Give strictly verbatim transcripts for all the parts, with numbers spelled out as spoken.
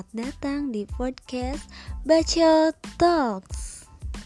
datang di podcast Bacot Talks.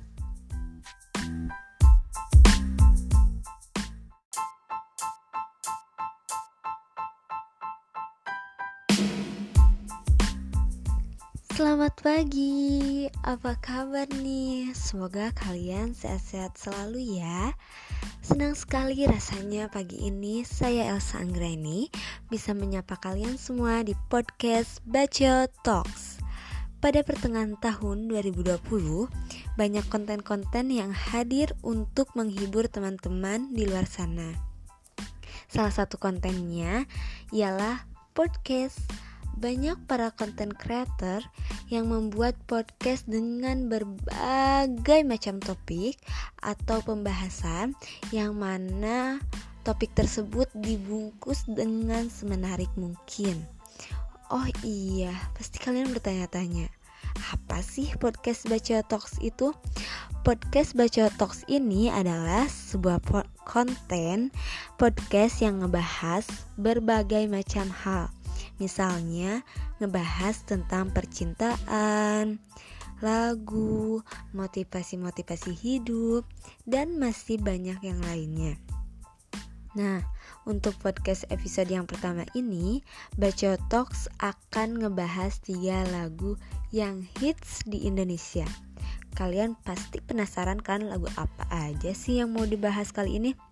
Selamat pagi, apa kabar nih? Semoga kalian sehat-sehat selalu ya. Senang sekali rasanya pagi ini saya Elsa Anggraini bisa menyapa kalian semua di podcast Bacot Talks. Pada pertengahan tahun dua ribu dua puluh, banyak konten-konten yang hadir untuk menghibur teman-teman di luar sana. Salah satu kontennya ialah podcast. Banyak para content creator yang membuat podcast dengan berbagai macam topik atau pembahasan yang mana topik tersebut dibungkus dengan semenarik mungkin. Oh iya, pasti kalian bertanya-tanya, apa sih podcast Bacot Talks itu? Podcast Bacot Talks ini adalah sebuah po- konten podcast yang ngebahas berbagai macam hal. Misalnya ngebahas tentang percintaan, lagu, motivasi-motivasi hidup, dan masih banyak yang lainnya. Nah, untuk podcast episode yang pertama ini, Bacot Talks akan ngebahas tiga lagu yang hits di Indonesia. Kalian pasti penasaran kan lagu apa aja sih yang mau dibahas kali ini?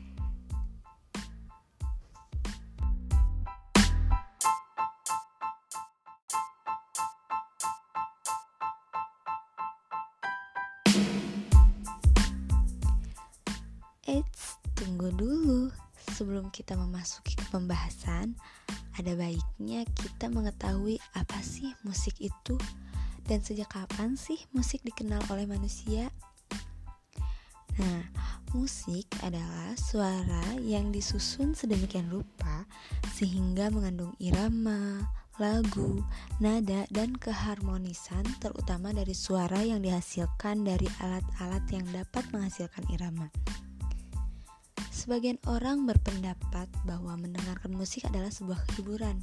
Eits, tunggu dulu. Sebelum kita memasuki ke pembahasan, ada baiknya kita mengetahui apa sih musik itu dan sejak kapan sih musik dikenal oleh manusia. Nah, musik adalah suara yang disusun sedemikian rupa sehingga mengandung irama, lagu, nada, dan keharmonisan terutama dari suara yang dihasilkan dari alat-alat yang dapat menghasilkan irama. Sebagian orang berpendapat bahwa mendengarkan musik adalah sebuah hiburan.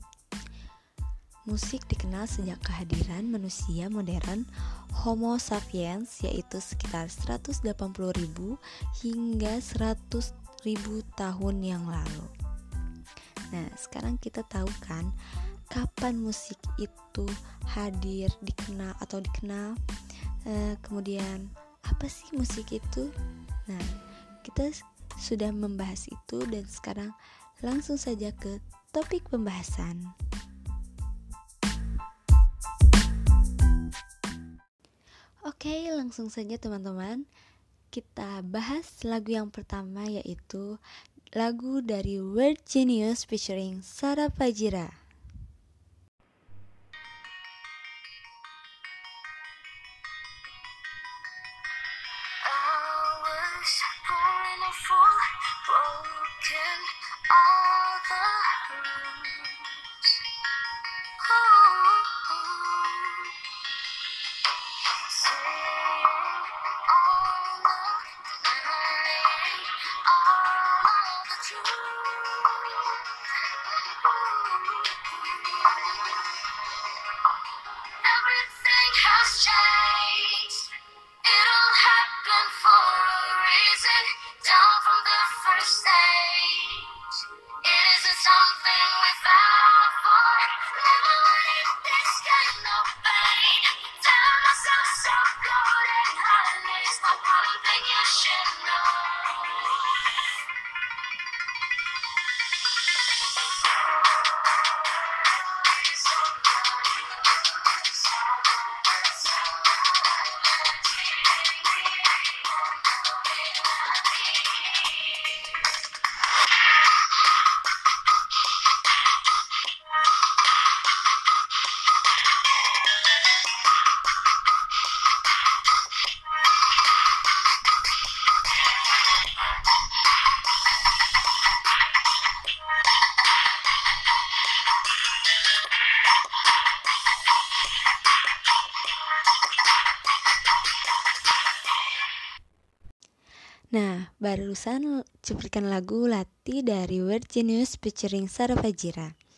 Musik dikenal sejak kehadiran manusia modern Homo sapiens, yaitu sekitar seratus delapan puluh ribu hingga seratus ribu tahun yang lalu. Nah, sekarang kita tahu kan kapan musik itu hadir, dikenal atau dikenal. e, Kemudian apa sih musik itu? Nah, kita sudah membahas itu dan sekarang langsung saja ke topik pembahasan. Oke, langsung saja teman-teman. Kita bahas lagu yang pertama, yaitu lagu dari Weird Genius featuring Sara Fajira. Everything has changed. It all happened for a reason. Down from the first stage. It isn't something we fought for. Never wanted this kind of pain. Telling myself so cold and heartless. But one thing you should know. Nah, barusan cuplikan lagu Lati dari Weird Genius featuring Sara Fajira.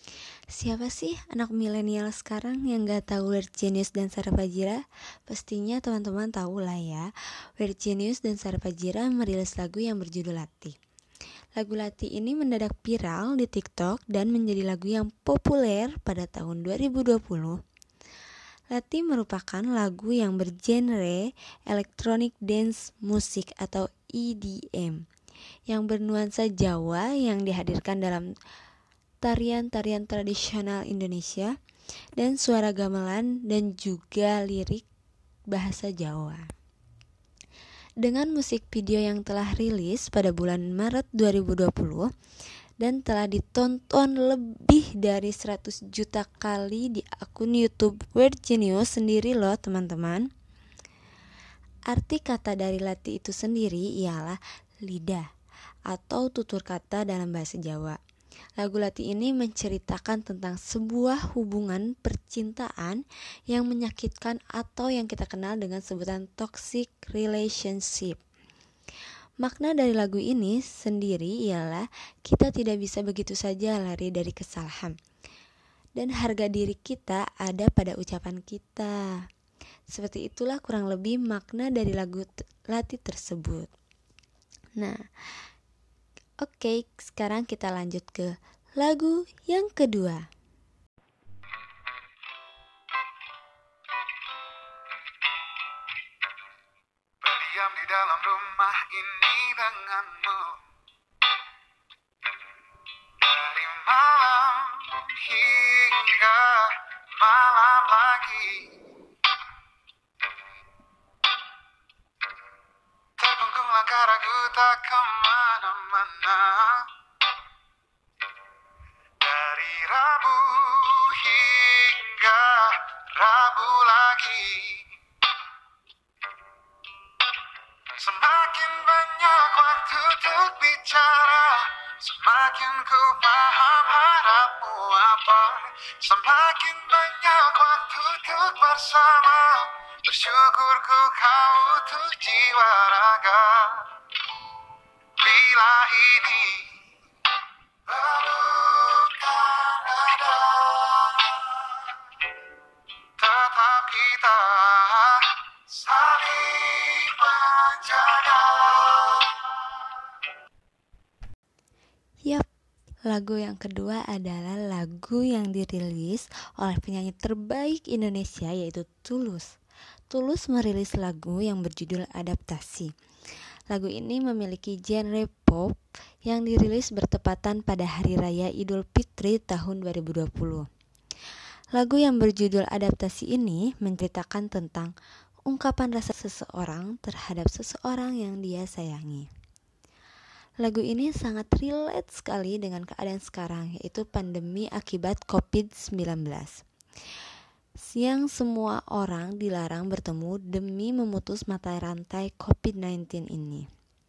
Siapa sih anak milenial sekarang yang gak tahu Weird Genius dan Sara Fajira? Pastinya teman-teman tahu lah ya. Weird Genius dan Sara Fajira merilis lagu yang berjudul Latih. Lagu Latih ini mendadak viral di TikTok dan menjadi lagu yang populer pada tahun dua ribu dua puluh. Latih merupakan lagu yang bergenre electronic dance music atau E D M yang bernuansa Jawa yang dihadirkan dalam tarian-tarian tradisional Indonesia dan suara gamelan dan juga lirik bahasa Jawa. Dengan musik video yang telah rilis pada bulan Maret dua ribu dua puluh dan telah ditonton lebih dari seratus juta kali di akun YouTube Weird Genius sendiri loh teman-teman. Arti kata dari Latih itu sendiri ialah lidah atau tutur kata dalam bahasa Jawa. Lagu Latih ini menceritakan tentang sebuah hubungan percintaan yang menyakitkan atau yang kita kenal dengan sebutan toxic relationship. Makna dari lagu ini sendiri ialah kita tidak bisa begitu saja lari dari kesalahan. Dan harga diri kita ada pada ucapan kita. Seperti itulah kurang lebih makna dari lagu Latih tersebut. Nah, oke, okay, sekarang kita lanjut ke lagu yang kedua. Berdiam di dalam rumah ini denganmu dari malam hingga malam lagi. Terkungkung langkah ragu tak kemana-mana. Dari Rabu hingga Rabu lagi. Semakin banyak waktu untuk bicara, semakin ku paham harapmu apa. Semakin banyak waktu untuk bersama, bersyukurku kau untuk jiwa raga. Bila ini pelukan ada, tetap kita saling menjaga. Yap, lagu yang kedua adalah lagu yang dirilis oleh penyanyi terbaik Indonesia yaitu Tulus. Tulus merilis lagu yang berjudul Adaptasi. Lagu ini memiliki genre pop yang dirilis bertepatan pada Hari Raya Idul Fitri tahun dua ribu dua puluh. Lagu yang berjudul Adaptasi ini menceritakan tentang ungkapan rasa seseorang terhadap seseorang yang dia sayangi. Lagu ini sangat relate sekali dengan keadaan sekarang, yaitu pandemi akibat covid sembilan belas. Yang semua orang dilarang bertemu demi memutus mata rantai covid sembilan belas ini.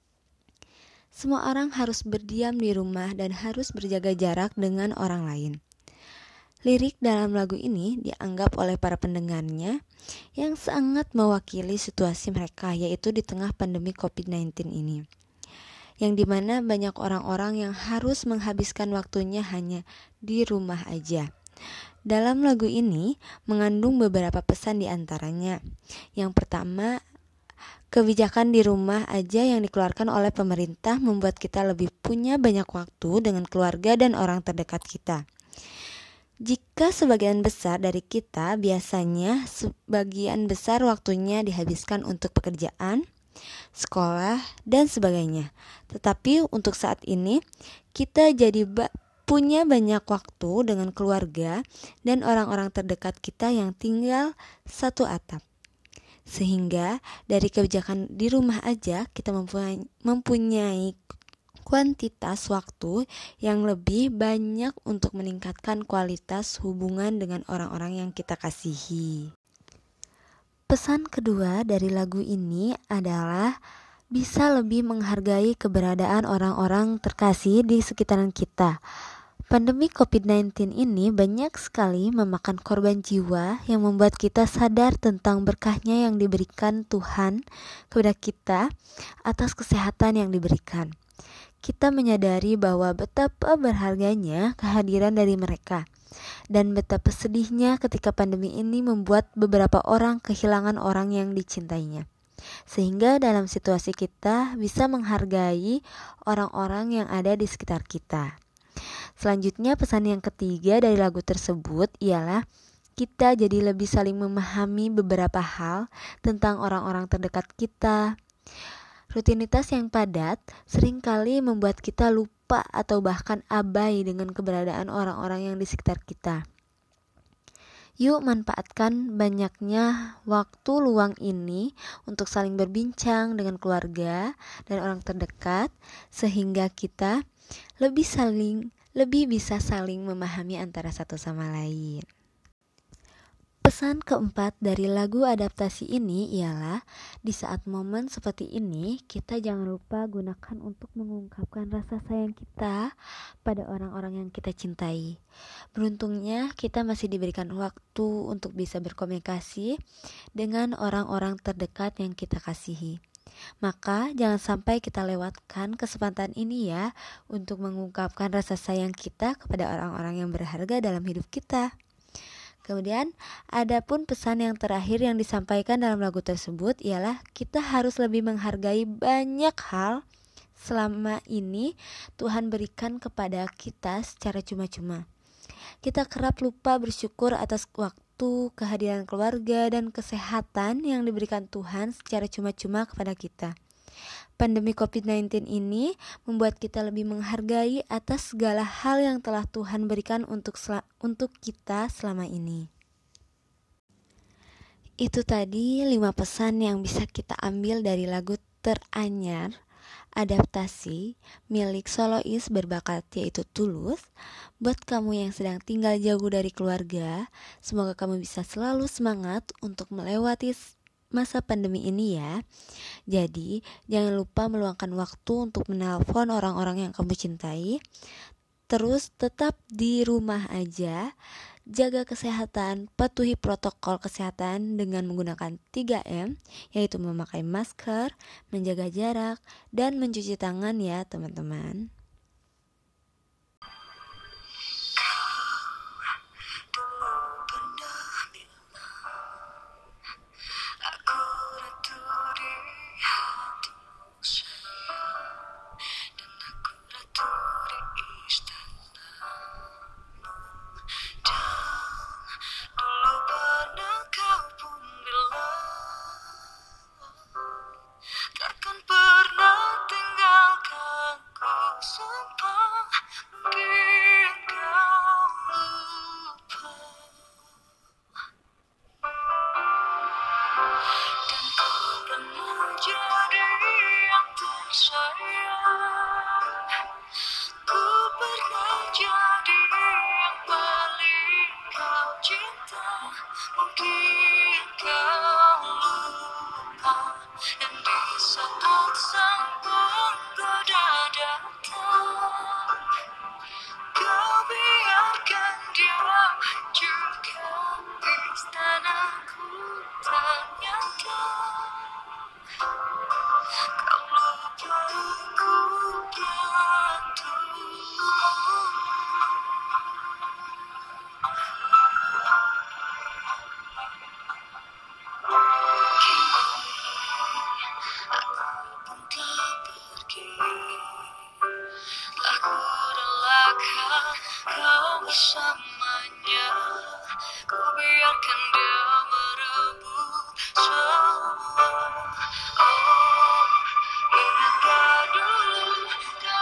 Semua orang harus berdiam di rumah dan harus berjaga jarak dengan orang lain. Lirik dalam lagu ini dianggap oleh para pendengarnya yang sangat mewakili situasi mereka, yaitu di tengah pandemi covid sembilan belas ini. Yang dimana banyak orang-orang yang harus menghabiskan waktunya hanya di rumah aja. Dalam lagu ini mengandung beberapa pesan di antaranya. Yang pertama, kebijakan di rumah aja yang dikeluarkan oleh pemerintah membuat kita lebih punya banyak waktu dengan keluarga dan orang terdekat kita. Jika sebagian besar dari kita biasanya sebagian besar waktunya dihabiskan untuk pekerjaan, sekolah, dan sebagainya. Tetapi untuk saat ini kita jadi ba- punya banyak waktu dengan keluarga dan orang-orang terdekat kita yang tinggal satu atap. Sehingga dari kebijakan di rumah aja kita mempunyai, mempunyai kuantitas waktu yang lebih banyak untuk meningkatkan kualitas hubungan dengan orang-orang yang kita kasihi. Pesan kedua dari lagu ini adalah bisa lebih menghargai keberadaan orang-orang terkasih di sekitaran kita. Pandemi covid sembilan belas ini banyak sekali memakan korban jiwa yang membuat kita sadar tentang berkahnya yang diberikan Tuhan kepada kita atas kesehatan yang diberikan. Kita menyadari bahwa betapa berharganya kehadiran dari mereka. Dan betapa sedihnya ketika pandemi ini membuat beberapa orang kehilangan orang yang dicintainya. Sehingga dalam situasi kita bisa menghargai orang-orang yang ada di sekitar kita. Selanjutnya, pesan yang ketiga dari lagu tersebut ialah kita jadi lebih saling memahami beberapa hal tentang orang-orang terdekat kita. Rutinitas yang padat seringkali membuat kita lupa atau bahkan abai dengan keberadaan orang-orang yang di sekitar kita. Yuk manfaatkan banyaknya waktu luang ini untuk saling berbincang dengan keluarga dan orang terdekat sehingga kita lebih saling lebih bisa saling memahami antara satu sama lain. Pesan keempat dari lagu adaptasi ini ialah di saat momen seperti ini kita jangan lupa gunakan untuk mengungkapkan rasa sayang kita pada orang-orang yang kita cintai. Beruntungnya kita masih diberikan waktu untuk bisa berkomunikasi dengan orang-orang terdekat yang kita kasihi. Maka jangan sampai kita lewatkan kesempatan ini ya untuk mengungkapkan rasa sayang kita kepada orang-orang yang berharga dalam hidup kita. Kemudian, adapun pesan yang terakhir yang disampaikan dalam lagu tersebut ialah kita harus lebih menghargai banyak hal selama ini Tuhan berikan kepada kita secara cuma-cuma. Kita kerap lupa bersyukur atas waktu, kehadiran keluarga, dan kesehatan yang diberikan Tuhan secara cuma-cuma kepada kita. Pandemi covid sembilan belas ini membuat kita lebih menghargai atas segala hal yang telah Tuhan berikan untuk sel- untuk kita selama ini. Itu tadi lima pesan yang bisa kita ambil dari lagu teranyar adaptasi milik solois berbakat yaitu Tulus. Buat kamu yang sedang tinggal jauh dari keluarga, semoga kamu bisa selalu semangat untuk melewati masa pandemi ini ya. Jadi jangan lupa meluangkan waktu untuk menelpon orang-orang yang kamu cintai. Terus tetap di rumah aja, jaga kesehatan, patuhi protokol kesehatan dengan menggunakan tiga M, yaitu memakai masker, menjaga jarak, dan mencuci tangan ya teman-teman. Bersamanya, ku biarkan dia merebut semua. Oh, ingatkah dulu kau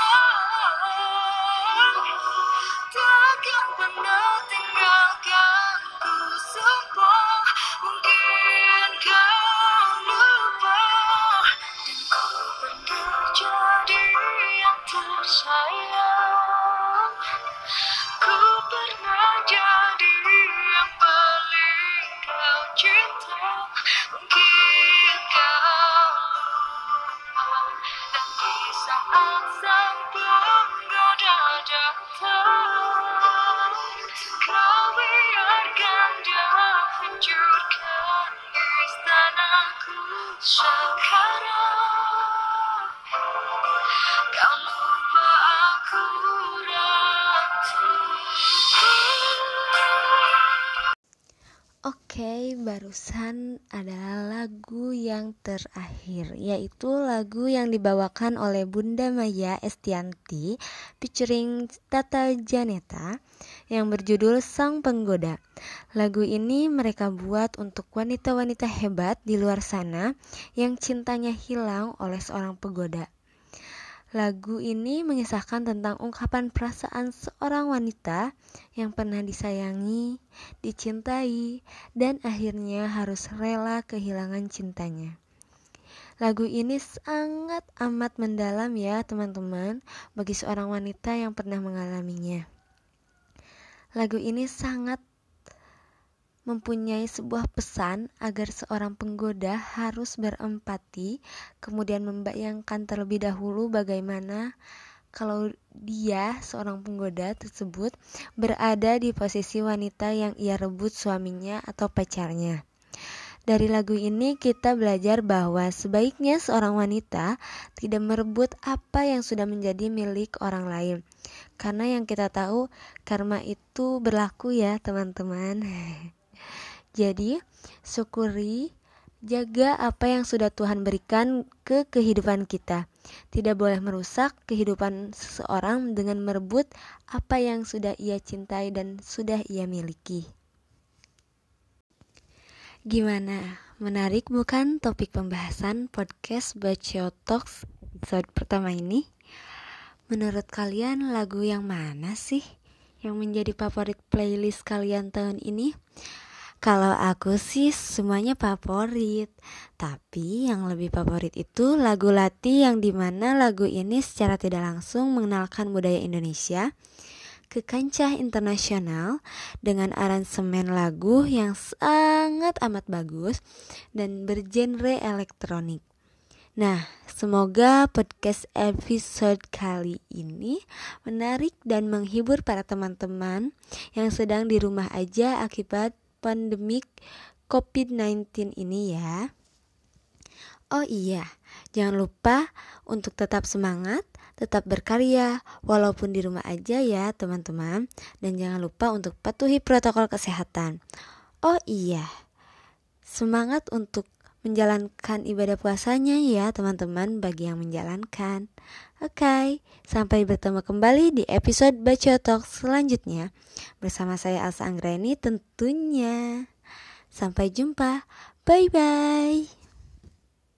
bilang takkan pernah tinggalkan ku semua. Mungkin kau lupa dan ku pernah jadi yang tersayang. Ku pernah jadi yang paling kau cinta. Mungkin kau lupa dan di saat sang penggoda datang, kau biarkan dia hancurkan istanaku sekarang. Kau lupa aku ratu. Barusan adalah lagu yang terakhir, yaitu lagu yang dibawakan oleh Bunda Maya Estianty featuring Tata Janeta yang berjudul Sang Penggoda. Lagu ini mereka buat untuk wanita-wanita hebat di luar sana yang cintanya hilang oleh seorang penggoda. Lagu ini mengisahkan tentang ungkapan perasaan seorang wanita yang pernah disayangi, dicintai, dan akhirnya harus rela kehilangan cintanya. Lagu ini sangat amat mendalam ya teman-teman bagi seorang wanita yang pernah mengalaminya. Lagu ini sangat mempunyai sebuah pesan agar seorang penggoda harus berempati, kemudian membayangkan terlebih dahulu bagaimana kalau dia, seorang penggoda tersebut, berada di posisi wanita yang ia rebut suaminya atau pacarnya. Dari lagu ini kita belajar bahwa sebaiknya seorang wanita tidak merebut apa yang sudah menjadi milik orang lain. Karena yang kita tahu, karma itu berlaku ya teman-teman. Jadi, syukuri, jaga apa yang sudah Tuhan berikan ke kehidupan kita. Tidak boleh merusak kehidupan seseorang dengan merebut apa yang sudah ia cintai dan sudah ia miliki. Gimana? Menarik bukan topik pembahasan podcast Baceo Talks episode pertama ini? Menurut kalian lagu yang mana sih yang menjadi favorit playlist kalian tahun ini? Kalau aku sih semuanya favorit, tapi yang lebih favorit itu lagu Lati yang dimana lagu ini secara tidak langsung mengenalkan budaya Indonesia ke kancah internasional dengan aransemen lagu yang sangat amat bagus dan bergenre elektronik. Nah, semoga podcast episode kali ini menarik dan menghibur para teman-teman yang sedang di rumah aja akibat pandemik covid sembilan belas ini ya. Oh iya, jangan lupa untuk tetap semangat, tetap berkarya walaupun di rumah aja ya teman-teman. Dan jangan lupa untuk patuhi protokol kesehatan. Oh iya, semangat untuk menjalankan ibadah puasanya ya teman-teman bagi yang menjalankan. Oke, sampai bertemu kembali di episode Baceo Talk selanjutnya bersama saya Elsa Anggraini tentunya. Sampai jumpa, bye bye.